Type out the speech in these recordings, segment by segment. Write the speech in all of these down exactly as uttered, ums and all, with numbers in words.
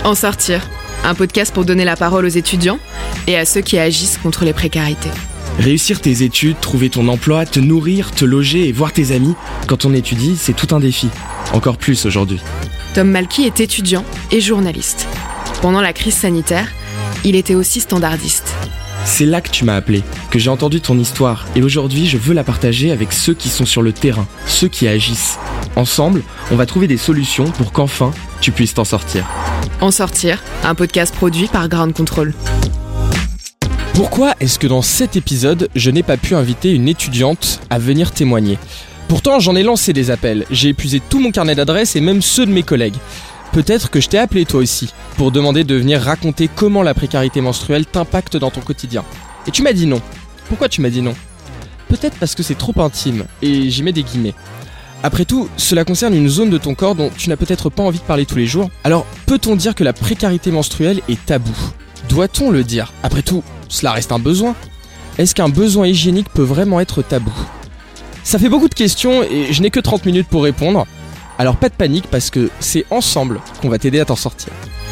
En sortir, un podcast pour donner la parole aux étudiants et à ceux qui agissent contre les précarités. Réussir tes études, trouver ton emploi, te nourrir, te loger et voir tes amis, quand on étudie, c'est tout un défi. Encore plus aujourd'hui. Tom Malky est étudiant et journaliste. Pendant la crise sanitaire, il était aussi standardiste. C'est là que tu m'as appelé, que j'ai entendu ton histoire et aujourd'hui je veux la partager avec ceux qui sont sur le terrain, ceux qui agissent. Ensemble, on va trouver des solutions pour qu'enfin tu puisses t'en sortir. En sortir, un podcast produit par Ground Control. Pourquoi est-ce que dans cet épisode, je n'ai pas pu inviter une étudiante à venir témoigner ? Pourtant, j'en ai lancé des appels, j'ai épuisé tout mon carnet d'adresses et même ceux de mes collègues. Peut-être que je t'ai appelé toi aussi, pour demander de venir raconter comment la précarité menstruelle t'impacte dans ton quotidien. Et tu m'as dit non. Pourquoi tu m'as dit non ? Peut-être parce que c'est trop intime, et j'y mets des guillemets. Après tout, cela concerne une zone de ton corps dont tu n'as peut-être pas envie de parler tous les jours. Alors, peut-on dire que la précarité menstruelle est tabou ? Doit-on le dire ? Après tout, cela reste un besoin. Est-ce qu'un besoin hygiénique peut vraiment être tabou ? Ça fait beaucoup de questions et je n'ai que trente minutes pour répondre. Alors pas de panique parce que c'est ensemble qu'on va t'aider à t'en sortir.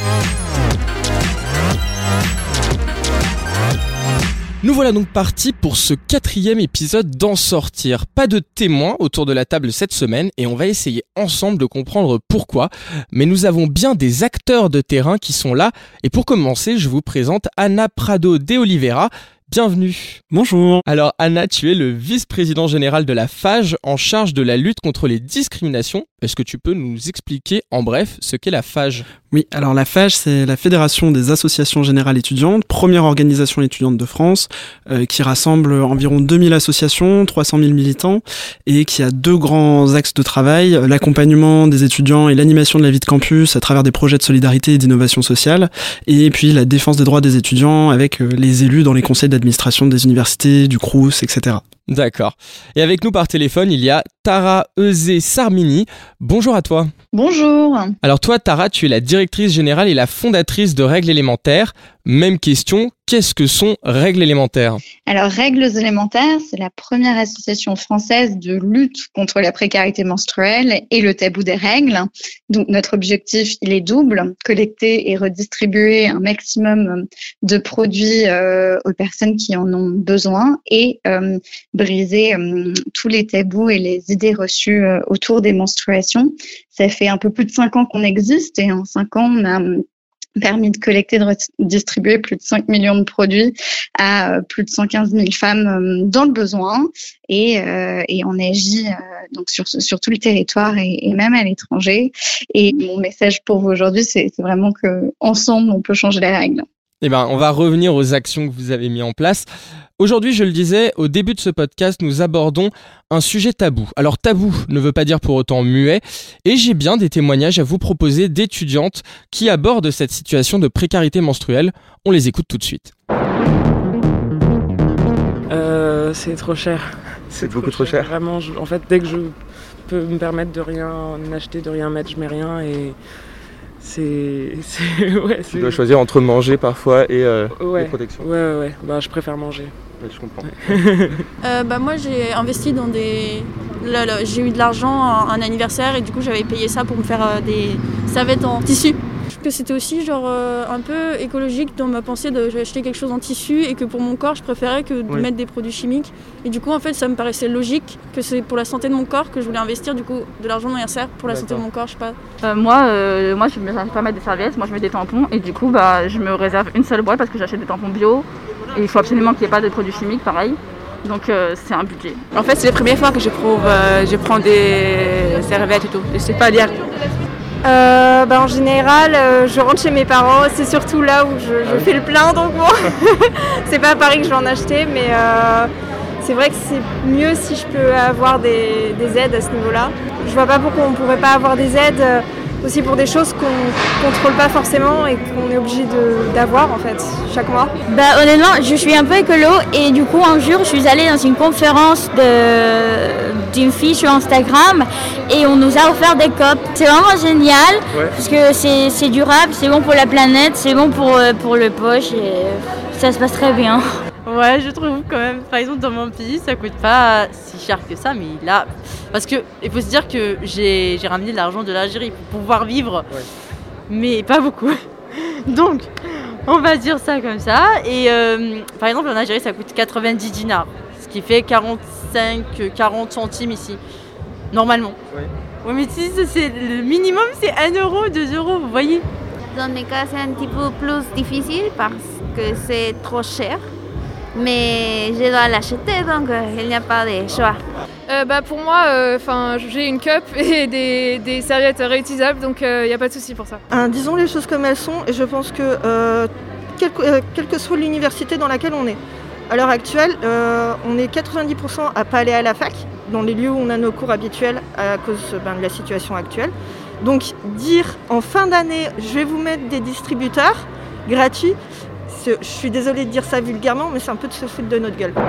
Nous voilà donc partis pour ce quatrième épisode d'En sortir. Pas de témoins autour de la table cette semaine et on va essayer ensemble de comprendre pourquoi. Mais nous avons bien des acteurs de terrain qui sont là. Et pour commencer, je vous présente Ana Prado de Oliveira. Bienvenue. Bonjour. Alors Anna, tu es le vice-président général de la FAGE en charge de la lutte contre les discriminations. Est-ce que tu peux nous expliquer en bref ce qu'est la FAGE ? Oui, alors la FAGE, c'est la Fédération des associations générales étudiantes, première organisation étudiante de France, euh, qui rassemble environ deux mille associations, trois cent mille militants, et qui a deux grands axes de travail, l'accompagnement des étudiants et l'animation de la vie de campus à travers des projets de solidarité et d'innovation sociale, et puis la défense des droits des étudiants avec euh, les élus dans les conseils d'administration des universités, du Crous, et cetera. D'accord. Et avec nous par téléphone, il y a Tara Euzé Sarmini. Bonjour à toi. Bonjour. Alors toi, Tara, tu es la directrice générale et la fondatrice de Règles élémentaires. Même question, qu'est-ce que sont Règles élémentaires ? Alors, Règles élémentaires, c'est la première association française de lutte contre la précarité menstruelle et le tabou des règles. Donc, notre objectif, il est double, collecter et redistribuer un maximum de produits euh, aux personnes qui en ont besoin et euh, briser euh, tous les tabous et les idées reçues euh, autour des menstruations. Ça fait un peu plus de cinq ans qu'on existe et en cinq ans, on a permis de collecter et de redistribuer plus de cinq millions de produits à euh, plus de cent quinze mille femmes euh, dans le besoin et, euh, et on agit euh, donc sur, sur tout le territoire et, et même à l'étranger. Et mon message pour vous aujourd'hui, c'est, c'est vraiment qu'ensemble, on peut changer les règles. Eh ben, on va revenir aux actions que vous avez mises en place. Aujourd'hui, je le disais, au début de ce podcast, nous abordons un sujet tabou. Alors tabou ne veut pas dire pour autant muet, et j'ai bien des témoignages à vous proposer d'étudiantes qui abordent cette situation de précarité menstruelle. On les écoute tout de suite. Euh, c'est trop cher. C'est, c'est beaucoup trop cher. Vraiment, je, en fait, dès que je peux me permettre de rien acheter, de rien mettre, je mets rien et... C'est, c'est, ouais, tu c'est... dois choisir entre manger parfois et euh, ouais, les protections. Ouais, ouais, ouais. Bah, je préfère manger. Ouais, je comprends. Ouais. euh, bah, moi, j'ai investi dans des... Là, là, j'ai eu de l'argent à un anniversaire et du coup, j'avais payé ça pour me faire euh, des serviettes en tissu. Je trouve que c'était aussi genre, euh, un peu écologique dans ma pensée d'acheter quelque chose en tissu et que pour mon corps, je préférais que de oui. mettre des produits chimiques. Et du coup, en fait, ça me paraissait logique que c'est pour la santé de mon corps que je voulais investir du coup de l'argent de mon anniversaire pour la D'accord. santé de mon corps, je sais pas. Euh, moi, euh, moi, je ne vais pas mettre des serviettes, moi je mets des tampons et du coup, bah, je me réserve une seule boîte parce que j'achète des tampons bio et il faut absolument qu'il n'y ait pas de produits chimiques, pareil. Donc euh, c'est un budget. En fait, c'est la première fois que je prouve, euh, je prends des serviettes et tout. Je sais pas lire. Euh, bah en général, euh, je rentre chez mes parents, c'est surtout là où je, je fais le plein, donc bon, c'est pas à Paris que je vais en acheter, mais euh, c'est vrai que c'est mieux si je peux avoir des, des aides à ce niveau-là. Je vois pas pourquoi on pourrait pas avoir des aides euh, aussi pour des choses qu'on contrôle pas forcément et qu'on est obligé de, d'avoir en fait chaque mois. Bah honnêtement, je suis un peu écolo et du coup un jour je suis allée dans une conférence de, d'une fille sur Instagram et on nous a offert des copes. C'est vraiment génial ouais. parce que c'est, c'est durable, c'est bon pour la planète, c'est bon pour, pour le poche et ça se passe très bien. Ouais, je trouve quand même, par exemple dans mon pays, ça coûte pas si cher que ça, mais là, parce que il faut se dire que j'ai, j'ai ramené de l'argent de l'Algérie pour pouvoir vivre, ouais. mais pas beaucoup. Donc, on va dire ça comme ça. Et euh, par exemple, en Algérie, ça coûte quatre-vingt-dix dinars, ce qui fait quarante-cinq à quarante centimes ici, normalement. Ouais. Ouais, mais si c'est le minimum, c'est un euro, deux euros, vous voyez. Dans mes cas, c'est un petit peu plus difficile parce que c'est trop cher. Mais je dois l'acheter, donc il n'y a pas de choix. Euh, bah pour moi, euh, j'ai une cup et des, des serviettes réutilisables, donc il euh, n'y a pas de souci pour ça. Hein, disons les choses comme elles sont, et je pense que euh, quelle, euh, quelle que soit l'université dans laquelle on est, à l'heure actuelle, euh, on est quatre-vingt-dix pour cent à ne pas aller à la fac, dans les lieux où on a nos cours habituels à cause ben, de la situation actuelle. Donc dire en fin d'année, je vais vous mettre des distributeurs gratuits, je suis désolée de dire ça vulgairement, mais c'est un peu de se foutre de notre gueule.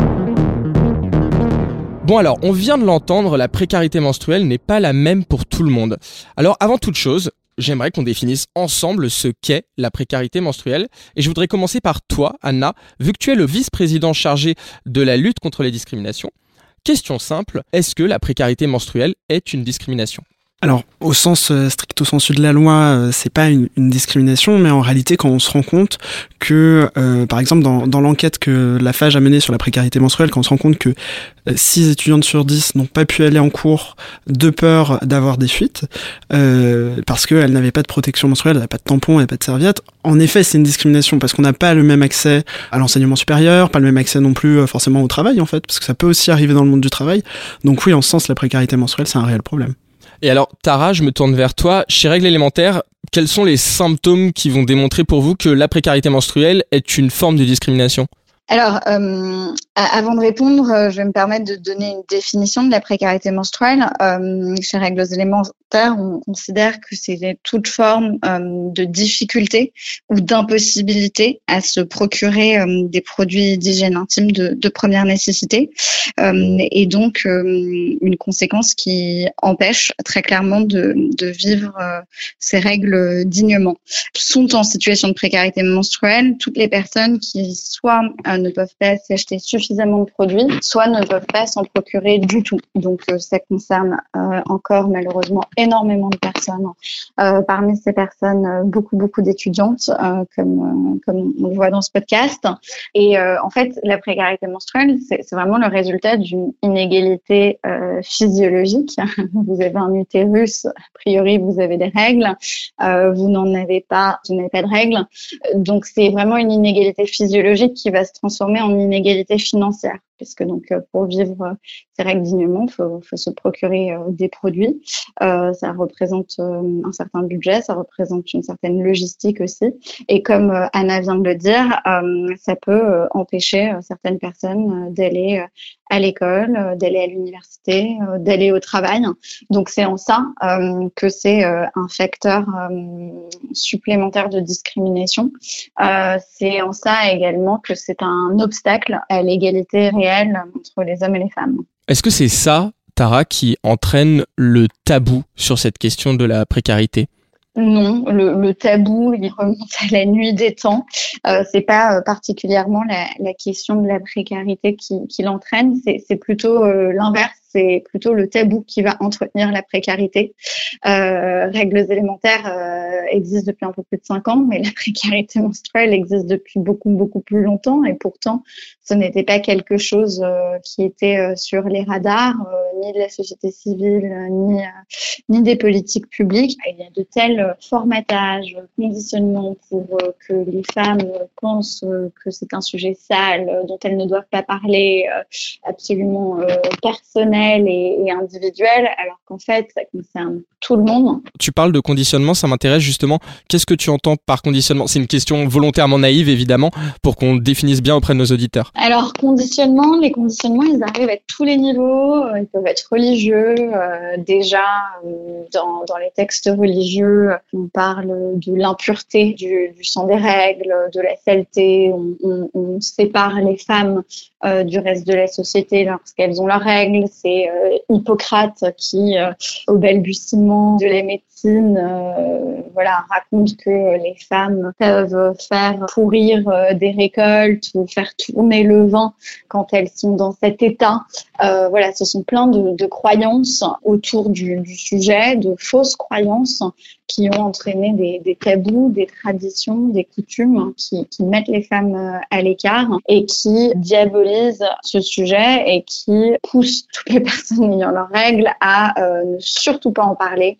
Bon alors, on vient de l'entendre, la précarité menstruelle n'est pas la même pour tout le monde. Alors avant toute chose, j'aimerais qu'on définisse ensemble ce qu'est la précarité menstruelle. Et je voudrais commencer par toi, Anna, vu que tu es le vice-président chargé de la lutte contre les discriminations. Question simple, est-ce que la précarité menstruelle est une discrimination ? Alors, au sens euh, stricto sensu de la loi, euh, c'est pas une, une discrimination, mais en réalité, quand on se rend compte que, euh, par exemple, dans, dans l'enquête que la F A G a menée sur la précarité menstruelle, quand on se rend compte que euh, six étudiantes sur dix n'ont pas pu aller en cours de peur d'avoir des fuites, euh, parce qu'elles n'avaient pas de protection menstruelle, elles n'avaient pas de tampon, elles n'avaient pas de serviette, en effet, c'est une discrimination, parce qu'on n'a pas le même accès à l'enseignement supérieur, pas le même accès non plus euh, forcément au travail, en fait, parce que ça peut aussi arriver dans le monde du travail. Donc oui, en ce sens, la précarité menstruelle, c'est un réel problème. Et alors, Tara, je me tourne vers toi. Chez Règles élémentaires, quels sont les symptômes qui vont démontrer pour vous que la précarité menstruelle est une forme de discrimination ? Alors, euh, avant de répondre, je vais me permettre de donner une définition de la précarité menstruelle. Euh, chez Règles élémentaires, on considère que c'est toute forme euh, de difficulté ou d'impossibilité à se procurer euh, des produits d'hygiène intime de, de première nécessité, euh, et donc euh, une conséquence qui empêche très clairement de, de vivre euh, ces règles dignement. Sont en situation de précarité menstruelle toutes les personnes qui soit euh, ne peuvent pas s'acheter suffisamment de produits, soit ne peuvent pas s'en procurer du tout. Donc euh, ça concerne euh, encore malheureusement énormément de personnes. Euh, parmi ces personnes, euh, beaucoup beaucoup d'étudiantes, euh, comme euh, comme on le voit dans ce podcast. Et euh, en fait, la précarité menstruelle, c'est, c'est vraiment le résultat d'une inégalité euh, physiologique. Vous avez un utérus, a priori vous avez des règles, euh, vous n'en avez pas, vous n'avez pas de règles. Donc c'est vraiment une inégalité physiologique qui va se transformer en inégalité financière, puisque donc pour vivre ces règles dignement, il faut, faut se procurer euh, des produits. Euh, ça représente euh, un certain budget, ça représente une certaine logistique aussi. Et comme euh, Anna vient de le dire, euh, ça peut euh, empêcher euh, certaines personnes euh, d'aller euh, à l'école, euh, d'aller à l'université, euh, d'aller au travail. Donc c'est en ça euh, que c'est euh, un facteur euh, supplémentaire de discrimination. Euh, c'est en ça également que c'est un obstacle à l'égalité réelle entre les hommes et les femmes. Est-ce que c'est ça, Tara, qui entraîne le tabou sur cette question de la précarité ? Non, le, le tabou, il remonte à la nuit des temps. Euh, c'est pas euh, particulièrement la, la question de la précarité qui, qui l'entraîne, c'est, c'est plutôt euh, l'inverse. C'est plutôt le tabou qui va entretenir la précarité. Euh, Règles élémentaires euh, existent depuis un peu plus de cinq ans, mais la précarité menstruelle existe depuis beaucoup, beaucoup plus longtemps. Et pourtant, ce n'était pas quelque chose euh, qui était euh, sur les radars, euh, ni de la société civile, ni, euh, ni des politiques publiques. Il y a de tels formatages, conditionnements pour euh, que les femmes pensent euh, que c'est un sujet sale, euh, dont elles ne doivent pas parler, euh, absolument euh, personnel, Et, et individuelle, alors qu'en fait, ça concerne tout le monde. Tu parles de conditionnement, ça m'intéresse justement. Qu'est-ce que tu entends par conditionnement ? C'est une question volontairement naïve, évidemment, pour qu'on définisse bien auprès de nos auditeurs. Alors, conditionnement, les conditionnements, ils arrivent à tous les niveaux. Ils peuvent être religieux. Euh, déjà, euh, dans, dans les textes religieux, on parle de l'impureté du, du sang des règles, de la saleté. On, on, on sépare les femmes euh, du reste de la société lorsqu'elles ont leurs règles. C'est Euh, Hippocrate qui, euh, au balbutiement de la médecine, euh, voilà, raconte que les femmes peuvent faire pourrir euh, des récoltes ou faire tourner le vin quand elles sont dans cet état. Euh, voilà, ce sont plein de, de croyances autour du, du sujet, de fausses croyances qui ont entraîné des, des tabous, des traditions, des coutumes qui, qui mettent les femmes à l'écart et qui diabolisent ce sujet et qui poussent toutes les personnes ayant leurs règles à euh, ne surtout pas en parler,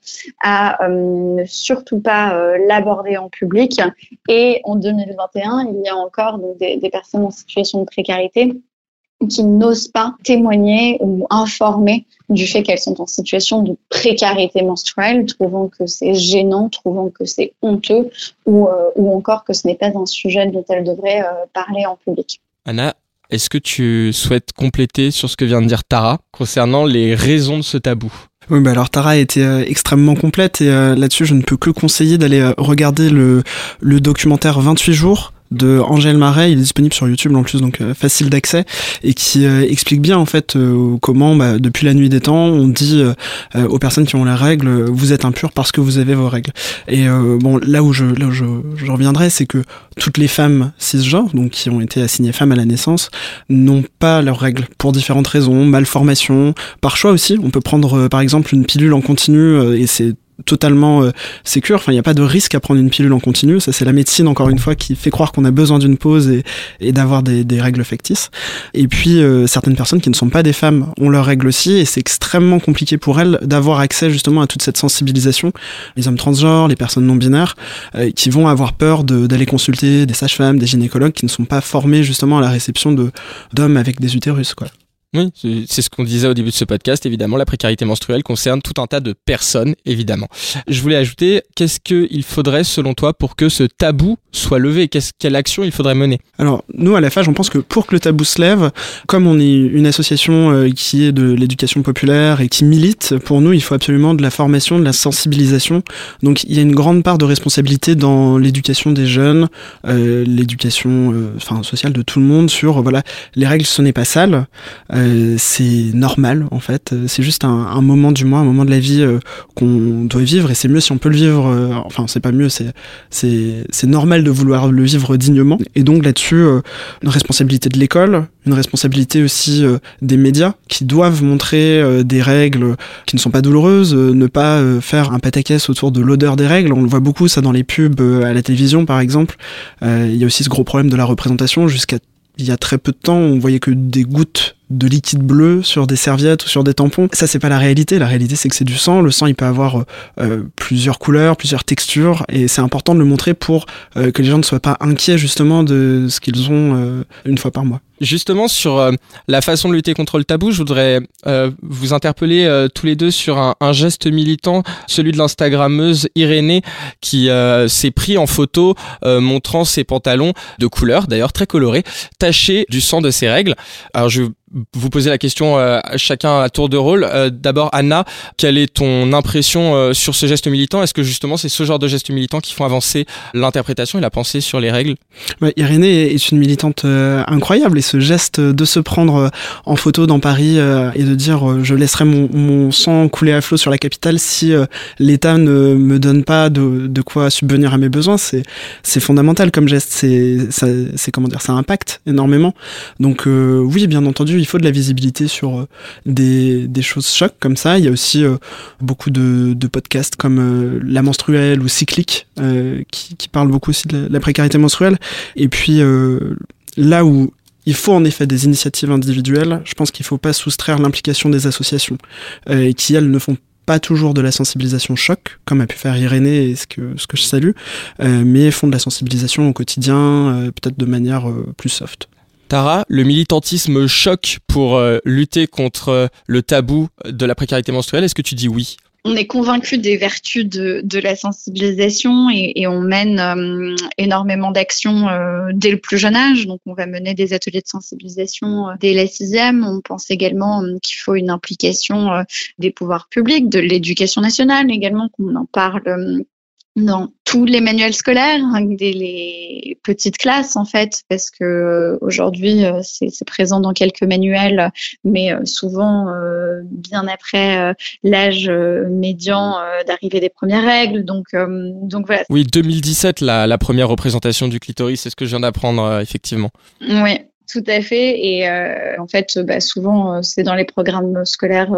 à euh, ne surtout pas euh, l'aborder en public. Et en deux mille vingt et un, il y a encore donc, des, des personnes en situation de précarité qui n'osent pas témoigner ou informer du fait qu'elles sont en situation de précarité menstruelle, trouvant que c'est gênant, trouvant que c'est honteux ou, euh, ou encore que ce n'est pas un sujet dont elles devraient euh, parler en public. Anna, est-ce que tu souhaites compléter sur ce que vient de dire Tara concernant les raisons de ce tabou ? Oui, bah alors Tara a été euh, extrêmement complète et euh, là-dessus je ne peux que conseiller d'aller euh, regarder le, le documentaire vingt-huit jours de Angèle Marais, il est disponible sur YouTube en plus, donc euh, facile d'accès, et qui euh, explique bien en fait euh, comment bah, depuis la nuit des temps on dit euh, aux personnes qui ont les règles euh, vous êtes impures parce que vous avez vos règles. Et euh, bon là où je là où je, je reviendrai, c'est que toutes les femmes cisgenres, donc qui ont été assignées femmes à la naissance, n'ont pas leurs règles pour différentes raisons, malformation, par choix aussi. On peut prendre euh, par exemple une pilule en continu euh, et c'est totalement euh, sécure, enfin il n'y a pas de risque à prendre une pilule en continu, ça c'est la médecine encore une fois qui fait croire qu'on a besoin d'une pause et, et d'avoir des, des règles factices. Et puis euh, certaines personnes qui ne sont pas des femmes ont leurs règles aussi et c'est extrêmement compliqué pour elles d'avoir accès justement à toute cette sensibilisation. Les hommes transgenres, les personnes non binaires euh, qui vont avoir peur de, d'aller consulter des sages-femmes, des gynécologues qui ne sont pas formés justement à la réception de, d'hommes avec des utérus quoi. Oui, c'est ce qu'on disait au début de ce podcast, évidemment, la précarité menstruelle concerne tout un tas de personnes, évidemment. Je voulais ajouter, qu'est-ce qu'il faudrait, selon toi, pour que ce tabou soit levé ? Qu'est-ce, quelle action il faudrait mener ? Alors, nous, à la F A G, on pense que pour que le tabou se lève, comme on est une association euh, qui est de l'éducation populaire et qui milite, pour nous, il faut absolument de la formation, de la sensibilisation. Donc, il y a une grande part de responsabilité dans l'éducation des jeunes, euh, l'éducation euh, enfin, sociale de tout le monde sur, euh, voilà, les règles, ce n'est pas sale, euh, Euh, c'est normal en fait, c'est juste un, un moment du mois, un moment de la vie euh, qu'on doit vivre et c'est mieux si on peut le vivre, euh, enfin c'est pas mieux, c'est, c'est, c'est normal de vouloir le vivre dignement et donc là-dessus euh, une responsabilité de l'école, une responsabilité aussi euh, des médias qui doivent montrer euh, des règles qui ne sont pas douloureuses, euh, ne pas euh, faire un pataquès autour de l'odeur des règles, on le voit beaucoup ça dans les pubs euh, à la télévision par exemple, euh, il y a aussi ce gros problème de la représentation, jusqu'à il y a très peu de temps on voyait que des gouttes de liquide bleu sur des serviettes ou sur des tampons. Ça, c'est pas la réalité. La réalité, c'est que c'est du sang. Le sang, il peut avoir euh, plusieurs couleurs, plusieurs textures, et c'est important de le montrer pour euh, que les gens ne soient pas inquiets justement de ce qu'ils ont euh, une fois par mois. Justement, sur euh, la façon de lutter contre le tabou, je voudrais euh, vous interpeller euh, tous les deux sur un, un geste militant, celui de l'instagrammeuse Irénée, qui euh, s'est pris en photo euh, montrant ses pantalons de couleur, d'ailleurs très colorés, tachés du sang de ses règles. Alors, je vous poser la question euh, chacun à tour de rôle. Euh, d'abord, Anna, quelle est ton impression euh, sur ce geste militant ? Est-ce que justement c'est ce genre de gestes militants qui font avancer l'interprétation et la pensée sur les règles ? Ouais, Irénée est une militante euh, incroyable et ce geste de se prendre euh, en photo dans Paris euh, et de dire euh, je laisserai mon, mon sang couler à flot sur la capitale si euh, l'État ne me donne pas de, de quoi subvenir à mes besoins, c'est, c'est fondamental comme geste, c'est, ça, c'est comment dire, ça impacte énormément. Donc euh, oui, bien entendu, il faut de la visibilité sur euh, des, des choses chocs comme ça. Il y a aussi euh, beaucoup de, de podcasts comme euh, La Menstruelle ou Cyclique euh, qui, qui parlent beaucoup aussi de la, de la précarité menstruelle. Et puis euh, là où il faut en effet des initiatives individuelles, je pense qu'il ne faut pas soustraire l'implication des associations euh, qui, elles, ne font pas toujours de la sensibilisation choc, comme a pu faire Irénée et ce que, ce que je salue, euh, mais font de la sensibilisation au quotidien, euh, peut-être de manière euh, plus soft. Tara, le militantisme choc pour euh, lutter contre euh, le tabou de la précarité menstruelle, est-ce que tu dis oui ? On est convaincu des vertus de, de la sensibilisation et, et on mène euh, énormément d'actions euh, dès le plus jeune âge. Donc, on va mener des ateliers de sensibilisation euh, dès la sixième. On pense également euh, qu'il faut une implication euh, des pouvoirs publics, de l'éducation nationale également, qu'on en parle euh, dans tous les manuels scolaires, dès les petites classes en fait, parce que euh, aujourd'hui euh, c'est, c'est présent dans quelques manuels, mais euh, souvent euh, bien après euh, l'âge euh, médian euh, d'arrivée des premières règles. Donc, euh, donc voilà. Oui, deux mille dix-sept, la, la première représentation du clitoris, c'est ce que je viens d'apprendre euh, effectivement. Oui. Tout à fait. Et euh, en fait, bah, souvent, euh, c'est dans les programmes scolaires euh,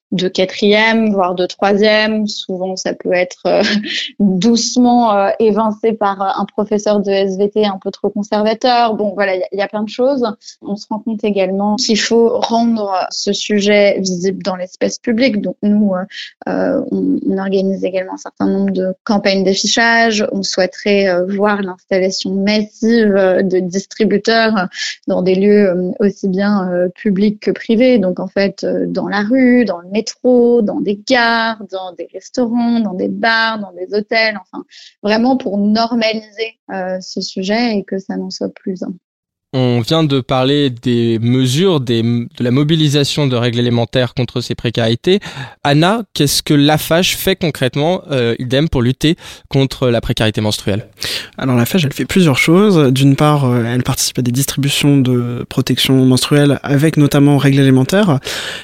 de quatrième, voire de troisième. Souvent, ça peut être euh, doucement euh, évincé par un professeur de S V T un peu trop conservateur. Bon, voilà, il y, y a plein de choses. On se rend compte également qu'il faut rendre ce sujet visible dans l'espace public. Donc, nous, euh, on, on organise également un certain nombre de campagnes d'affichage. On souhaiterait euh, voir l'installation massive de distributeurs dans des lieux euh, aussi bien euh, publics que privés. Donc, en fait, euh, dans la rue, dans le métro, métro, dans des gares, dans des restaurants, dans des bars, dans des hôtels, enfin, vraiment pour normaliser euh, ce sujet et que ça n'en soit plus un. On vient de parler des mesures, des, de la mobilisation de règles élémentaires contre ces précarités. Anna, qu'est-ce que l'A F H fait concrètement, euh, idem, pour lutter contre la précarité menstruelle ? Alors l'A F H, elle fait plusieurs choses. D'une part, euh, elle participe à des distributions de protection menstruelle avec notamment règles élémentaires.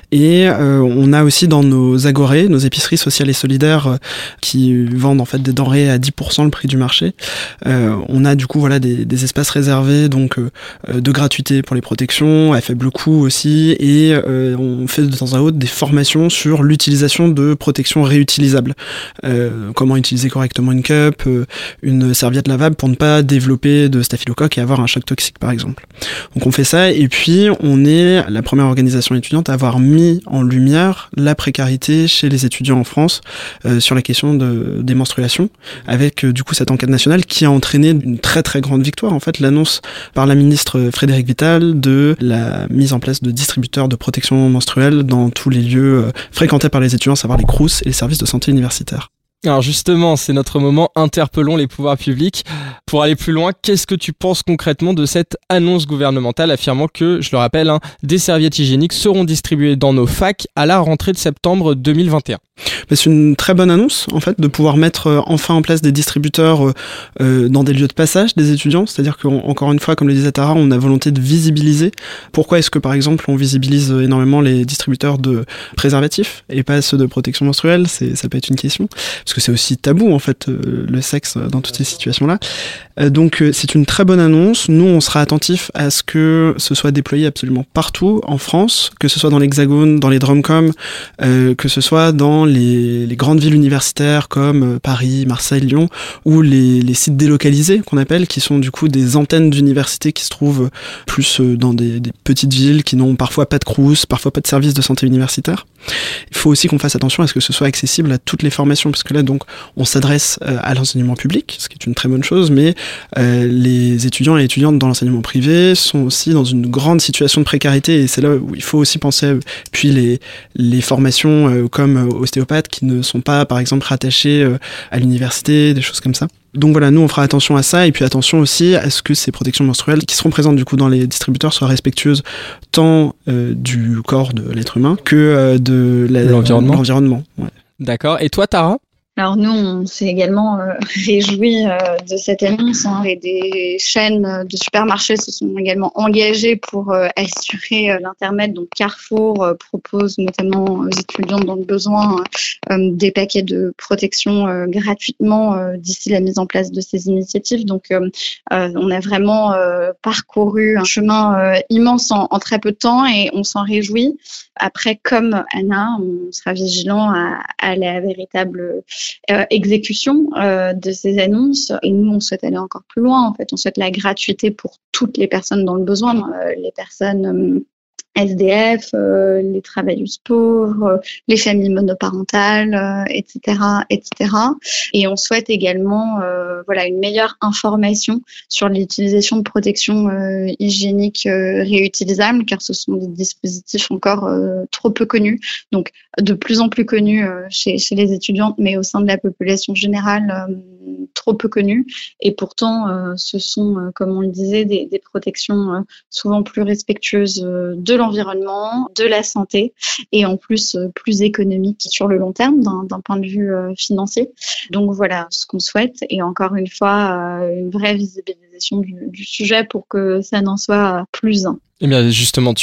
Et euh, on a aussi dans nos agorés, nos épiceries sociales et solidaires euh, qui vendent en fait des denrées à dix pour cent le prix du marché. Euh, on a du coup voilà des, des espaces réservés donc euh, de gratuité pour les protections, à faible coût aussi, et euh, on fait de temps à autre des formations sur l'utilisation de protections réutilisables. Euh, comment utiliser correctement une cup, euh, une serviette lavable pour ne pas développer de staphylocoque et avoir un choc toxique par exemple. Donc on fait ça, et puis on est la première organisation étudiante à avoir mis en lumière la précarité chez les étudiants en France euh, sur la question de, des menstruations, avec euh, du coup cette enquête nationale qui a entraîné une très très grande victoire, en fait l'annonce par la ministre Frédérique Vidal de la mise en place de distributeurs de protection menstruelle dans tous les lieux euh, fréquentés par les étudiants, à savoir les Crous et les services de santé universitaires. Alors justement, c'est notre moment, interpellons les pouvoirs publics. Pour aller plus loin, qu'est-ce que tu penses concrètement de cette annonce gouvernementale affirmant que, je le rappelle, hein, des serviettes hygiéniques seront distribuées dans nos facs à la rentrée de septembre deux mille vingt et un ? Mais c'est une très bonne annonce, en fait, de pouvoir mettre euh, enfin en place des distributeurs euh, dans des lieux de passage des étudiants. C'est-à-dire qu'encore une fois, comme le disait Tara, on a volonté de visibiliser. Pourquoi est-ce que, par exemple, on visibilise énormément les distributeurs de préservatifs et pas ceux de protection menstruelle ? C'est, ça peut être une question. Parce que c'est aussi tabou, en fait, euh, le sexe dans toutes ces situations-là. Euh, donc, euh, c'est une très bonne annonce. Nous, on sera attentifs à ce que ce soit déployé absolument partout en France, que ce soit dans l'Hexagone, dans les Drumcom, euh, que ce soit dans les, les grandes villes universitaires comme Paris, Marseille, Lyon, ou les, les sites délocalisés qu'on appelle, qui sont du coup des antennes d'universités qui se trouvent plus dans des, des petites villes qui n'ont parfois pas de Crous, parfois pas de services de santé universitaire. Il faut aussi qu'on fasse attention à ce que ce soit accessible à toutes les formations, parce que là donc on s'adresse à l'enseignement public, ce qui est une très bonne chose, mais euh, les étudiants et étudiantes dans l'enseignement privé sont aussi dans une grande situation de précarité, et c'est là où il faut aussi penser, puis les, les formations euh, comme ostéopathe qui ne sont pas par exemple rattachées euh, à l'université, des choses comme ça. Donc voilà, nous on fera attention à ça, et puis attention aussi à ce que ces protections menstruelles qui seront présentes du coup dans les distributeurs soient respectueuses tant euh, du corps de l'être humain que euh, de la, l'environnement. l'environnement ouais. D'accord, et toi Tara ? Alors nous, on s'est également euh, réjouis euh, de cette annonce, hein, et des chaînes de supermarchés se sont également engagées pour euh, assurer euh, l'intermède. Donc Carrefour euh, propose notamment aux étudiants dans le besoin euh, des paquets de protection euh, gratuitement euh, d'ici la mise en place de ces initiatives. Donc euh, euh, on a vraiment euh, parcouru un chemin euh, immense en, en très peu de temps, et on s'en réjouit. Après, comme Anna, on sera vigilant à, à la véritable euh, exécution euh, de ces annonces. Et nous, on souhaite aller encore plus loin. En fait, on souhaite la gratuité pour toutes les personnes dans le besoin, euh, les personnes euh, S D F, euh, les travailleuses pauvres, euh, les familles monoparentales, euh, et cetera, et cetera. Et on souhaite également, euh, voilà, une meilleure information sur l'utilisation de protection euh, hygiénique euh, réutilisables, car ce sont des dispositifs encore euh, trop peu connus, donc de plus en plus connus euh, chez, chez les étudiantes, mais au sein de la population générale, euh, trop peu connus. Et pourtant, euh, ce sont, euh, comme on le disait, des, des protections euh, souvent plus respectueuses euh, de l'environnement, de la santé, et en plus euh, plus économiques sur le long terme d'un, d'un point de vue euh, financier. Donc voilà ce qu'on souhaite, et encore une fois, euh, une vraie visibilisation du, du sujet pour que ça n'en soit plus un. Eh bien justement, tu as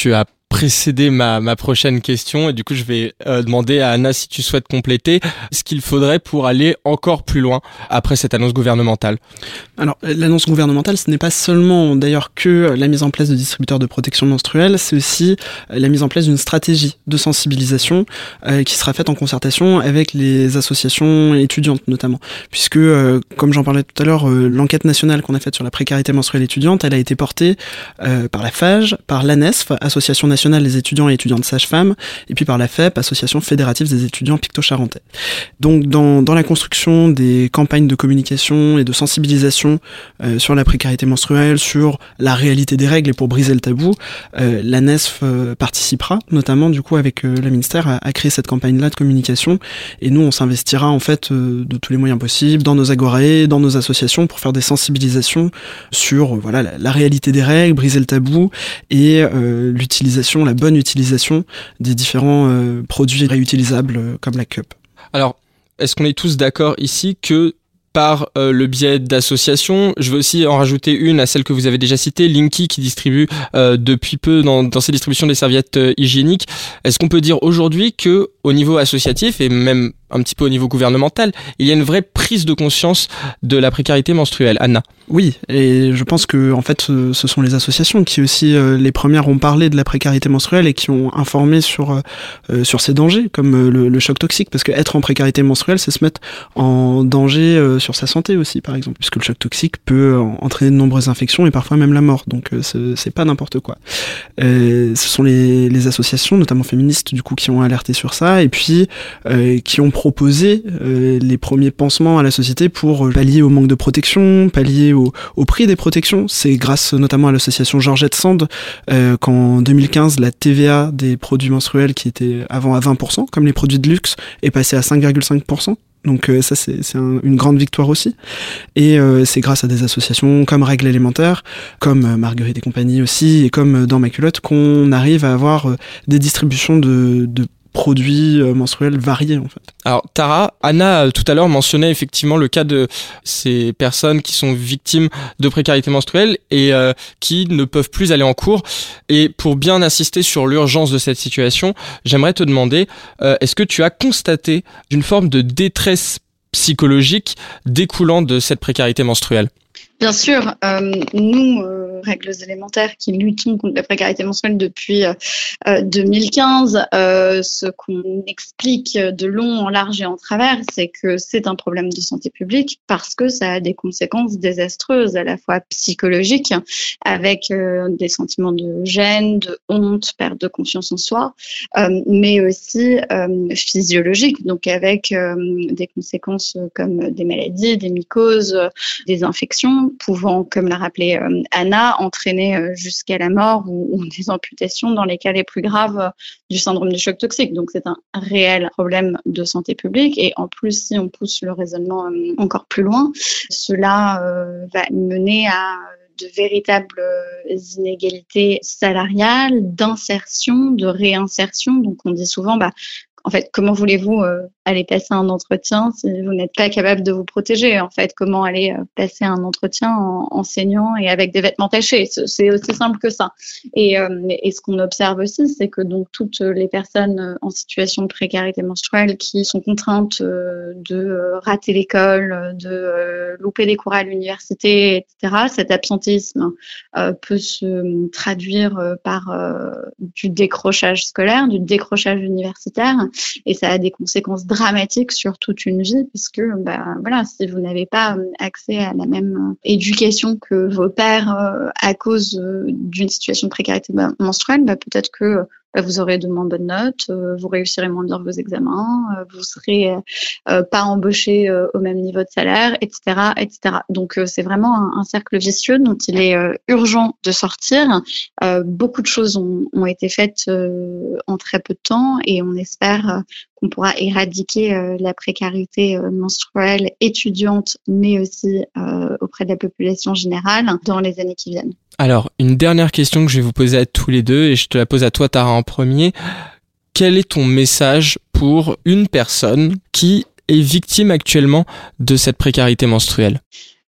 précédé ma, ma prochaine question et du coup je vais euh, demander à Anna si tu souhaites compléter ce qu'il faudrait pour aller encore plus loin après cette annonce gouvernementale. Alors l'annonce gouvernementale, ce n'est pas seulement d'ailleurs que la mise en place de distributeurs de protection menstruelle, c'est aussi la mise en place d'une stratégie de sensibilisation euh, qui sera faite en concertation avec les associations étudiantes notamment, puisque euh, comme j'en parlais tout à l'heure, euh, l'enquête nationale qu'on a faite sur la précarité menstruelle étudiante, elle a été portée euh, par la F A G, par l'A N E S F, Association nationale des étudiants et étudiantes sages-femmes, et puis par la F E P, Association fédérative des étudiants picto-charentais. Donc dans, dans la construction des campagnes de communication et de sensibilisation euh, sur la précarité menstruelle, sur la réalité des règles et pour briser le tabou, euh, l'A N E S F euh, participera, notamment du coup avec euh, le ministère, à, à créer cette campagne-là de communication, et nous on s'investira en fait euh, de tous les moyens possibles, dans nos agorae, dans nos associations, pour faire des sensibilisations sur euh, voilà, la, la réalité des règles, briser le tabou, et euh, l'utilisation la bonne utilisation des différents euh, produits réutilisables euh, comme la cup. Alors, est-ce qu'on est tous d'accord ici que par euh, le biais d'associations, je veux aussi en rajouter une à celle que vous avez déjà citée, Linky, qui distribue euh, depuis peu dans, dans ses distributions des serviettes euh, hygiéniques. Est-ce qu'on peut dire aujourd'hui que au niveau associatif et même un petit peu au niveau gouvernemental, il y a une vraie prise de conscience de la précarité menstruelle? Anna? Oui, et je pense que en fait, ce sont les associations qui aussi euh, les premières ont parlé de la précarité menstruelle et qui ont informé sur euh, sur ces dangers, comme euh, le, le choc toxique, parce que être en précarité menstruelle, c'est se mettre en danger euh, sur sa santé aussi, par exemple, puisque le choc toxique peut entraîner de nombreuses infections et parfois même la mort. Donc euh, c'est, c'est pas n'importe quoi. Euh, ce sont les, les associations, notamment féministes, du coup, qui ont alerté sur ça et puis euh, qui ont proposé euh, les premiers pansements à la société pour pallier au manque de protection, pallier au, au prix des protections. C'est grâce notamment à l'association Georgette Sand euh, qu'en deux mille quinze, la T V A des produits menstruels, qui était avant à vingt pour cent, comme les produits de luxe, est passée à cinq virgule cinq pour cent. Donc euh, ça, c'est, c'est un, une grande victoire aussi. Et euh, c'est grâce à des associations comme Règles élémentaires, comme euh, Marguerite et compagnie aussi, et comme euh, Dans ma culotte, qu'on arrive à avoir euh, des distributions de, de produits euh, menstruels variés en fait. Alors Tara, Anna tout à l'heure mentionnait effectivement le cas de ces personnes qui sont victimes de précarité menstruelle et euh, qui ne peuvent plus aller en cours. Et pour bien insister sur l'urgence de cette situation, j'aimerais te demander, euh, est-ce que tu as constaté une forme de détresse psychologique découlant de cette précarité menstruelle? Bien sûr, euh, nous, euh, Règles élémentaires, qui luttons contre la précarité menstruelle depuis euh, deux mille quinze, euh, ce qu'on explique de long, en large et en travers, c'est que c'est un problème de santé publique parce que ça a des conséquences désastreuses, à la fois psychologiques, avec euh, des sentiments de gêne, de honte, perte de confiance en soi, euh, mais aussi euh, physiologiques, donc avec euh, des conséquences comme des maladies, des mycoses, des infections, pouvant, comme l'a rappelé euh, Anna, entraîner euh, jusqu'à la mort ou, ou des amputations dans les cas les plus graves euh, du syndrome du choc toxique. Donc c'est un réel problème de santé publique et en plus, si on pousse le raisonnement euh, encore plus loin, cela euh, va mener à de véritables inégalités salariales, d'insertion, de réinsertion. Donc on dit souvent, bah, en fait, comment voulez-vous euh, aller passer un entretien si vous n'êtes pas capable de vous protéger? En fait, comment aller euh, passer un entretien en enseignant et avec des vêtements tachés? C'est aussi simple que ça. Et, euh, et ce qu'on observe aussi, c'est que donc toutes les personnes en situation de précarité menstruelle qui sont contraintes euh, de rater l'école, de euh, louper des cours à l'université, et cetera, cet absentéisme euh, peut se traduire euh, par euh, du décrochage scolaire, du décrochage universitaire. Et ça a des conséquences dramatiques sur toute une vie, puisque bah, voilà, si vous n'avez pas accès à la même éducation que vos pères euh, à cause euh, d'une situation de précarité menstruelle, bah, peut-être que bah, vous aurez de moins bonnes notes, euh, vous réussirez moins bien vos examens, euh, vous serez euh, pas embauché euh, au même niveau de salaire, et cetera, et cetera. Donc euh, c'est vraiment un, un cercle vicieux dont il est euh, urgent de sortir. Euh, beaucoup de choses ont, ont été faites euh, en très peu de temps et on espère euh, qu'on pourra éradiquer euh, la précarité euh, menstruelle étudiante, mais aussi euh, auprès de la population générale dans les années qui viennent. Alors, une dernière question que je vais vous poser à tous les deux, et je te la pose à toi, Tara, en premier. Quel est ton message pour une personne qui est victime actuellement de cette précarité menstruelle ?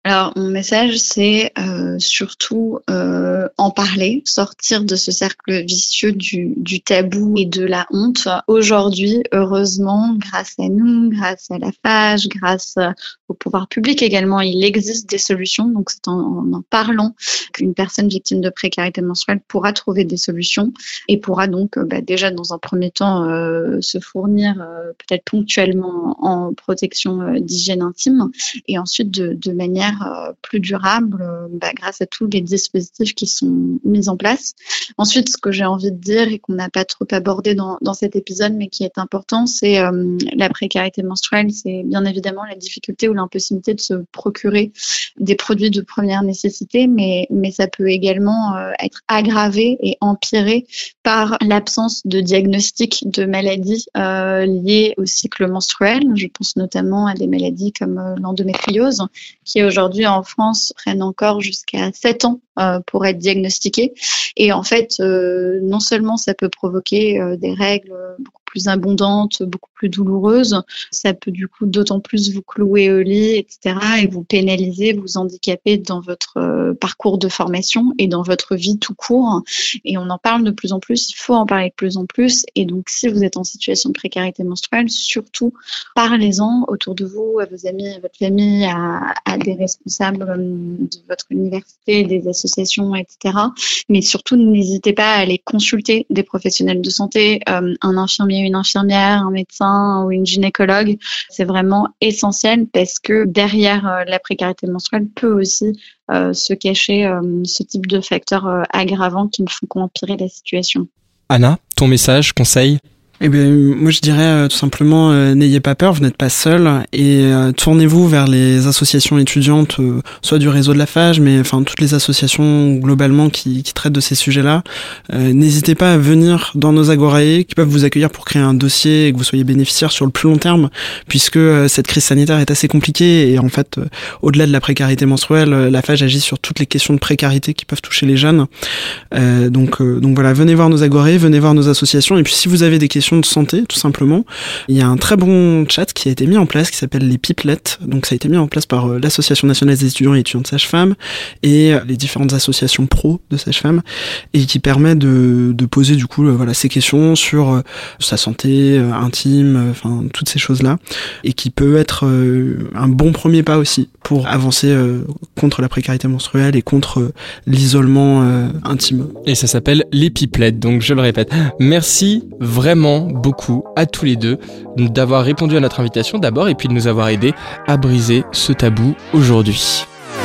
Alors, mon message, c'est euh, surtout euh, en parler, sortir de ce cercle vicieux du, du tabou et de la honte. Aujourd'hui, heureusement, grâce à nous, grâce à la F A G, grâce au pouvoir public également, il existe des solutions. Donc, c'est en, en en parlant qu'une personne victime de précarité menstruelle pourra trouver des solutions et pourra donc, euh, bah, déjà, dans un premier temps, euh, se fournir euh, peut-être ponctuellement en protection euh, d'hygiène intime et ensuite de, de manière plus durable euh, bah, grâce à tous les dispositifs qui sont mis en place. Ensuite, ce que j'ai envie de dire et qu'on n'a pas trop abordé dans, dans cet épisode, mais qui est important, c'est euh, la précarité menstruelle, c'est bien évidemment la difficulté ou l'impossibilité de se procurer des produits de première nécessité, mais, mais ça peut également euh, être aggravé et empiré par l'absence de diagnostic de maladies euh, liées au cycle menstruel. Je pense notamment à des maladies comme euh, l'endométriose, qui aujourd'hui en France prennent encore jusqu'à sept ans euh, pour être diagnostiquées. Et en fait, euh, non seulement ça peut provoquer euh, des règles beaucoup plus abondantes, beaucoup plus douloureuses, ça peut du coup d'autant plus vous clouer au lit, et cetera, et vous pénaliser, vous handicaper dans votre euh, parcours de formation et dans votre vie tout court. Et on en parle de plus en plus, il faut en parler de plus en plus. Et donc, si vous êtes en situation de précarité menstruelle, surtout parlez-en autour de vous, à vos amis, à votre famille, à, à des responsables de votre université, des associations, et cetera. Mais surtout, n'hésitez pas à aller consulter des professionnels de santé, euh, un infirmier, une infirmière, un médecin ou une gynécologue. C'est vraiment essentiel parce que derrière euh, la précarité menstruelle peut aussi euh, se cacher euh, ce type de facteurs euh, aggravants qui ne font qu'empirer la situation. Anna, ton message, conseil ? Eh bien, moi je dirais euh, tout simplement, euh, n'ayez pas peur, vous n'êtes pas seul, et euh, tournez-vous vers les associations étudiantes, euh, soit du réseau de la F A G, mais enfin toutes les associations globalement qui, qui traitent de ces sujets-là. Euh, n'hésitez pas à venir dans nos agorae, qui peuvent vous accueillir pour créer un dossier et que vous soyez bénéficiaire sur le plus long terme, puisque euh, cette crise sanitaire est assez compliquée, et en fait, euh, au-delà de la précarité menstruelle, euh, la F A G agit sur toutes les questions de précarité qui peuvent toucher les jeunes. Euh, donc, euh, donc voilà, venez voir nos agorae, venez voir nos associations, et puis si vous avez des questions de santé, tout simplement, il y a un très bon chat qui a été mis en place qui s'appelle les Pipelettes. Donc ça a été mis en place par euh, l'Association nationale des étudiants et étudiantes sages-femmes et euh, les différentes associations pro de sages-femmes, et qui permet de, de poser du coup euh, voilà ces questions sur euh, sa santé euh, intime, enfin euh, toutes ces choses-là, et qui peut être euh, un bon premier pas aussi pour avancer euh, contre la précarité menstruelle et contre euh, l'isolement euh, intime. Et ça s'appelle les Pipelettes, donc je le répète. Merci vraiment beaucoup à tous les deux d'avoir répondu à notre invitation d'abord et puis de nous avoir aidés à briser ce tabou aujourd'hui.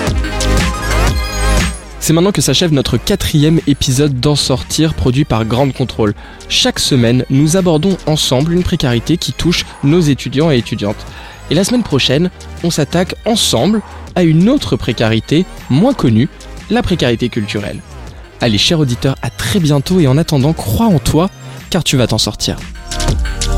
C'est maintenant que s'achève notre quatrième épisode d'En Sortir, produit par Grande Contrôle. Chaque semaine, nous abordons ensemble une précarité qui touche nos étudiants et étudiantes. Et la semaine prochaine, on s'attaque ensemble à une autre précarité moins connue, la précarité culturelle. Allez, chers auditeurs, à très bientôt, et en attendant, crois en toi, car tu vas t'en sortir.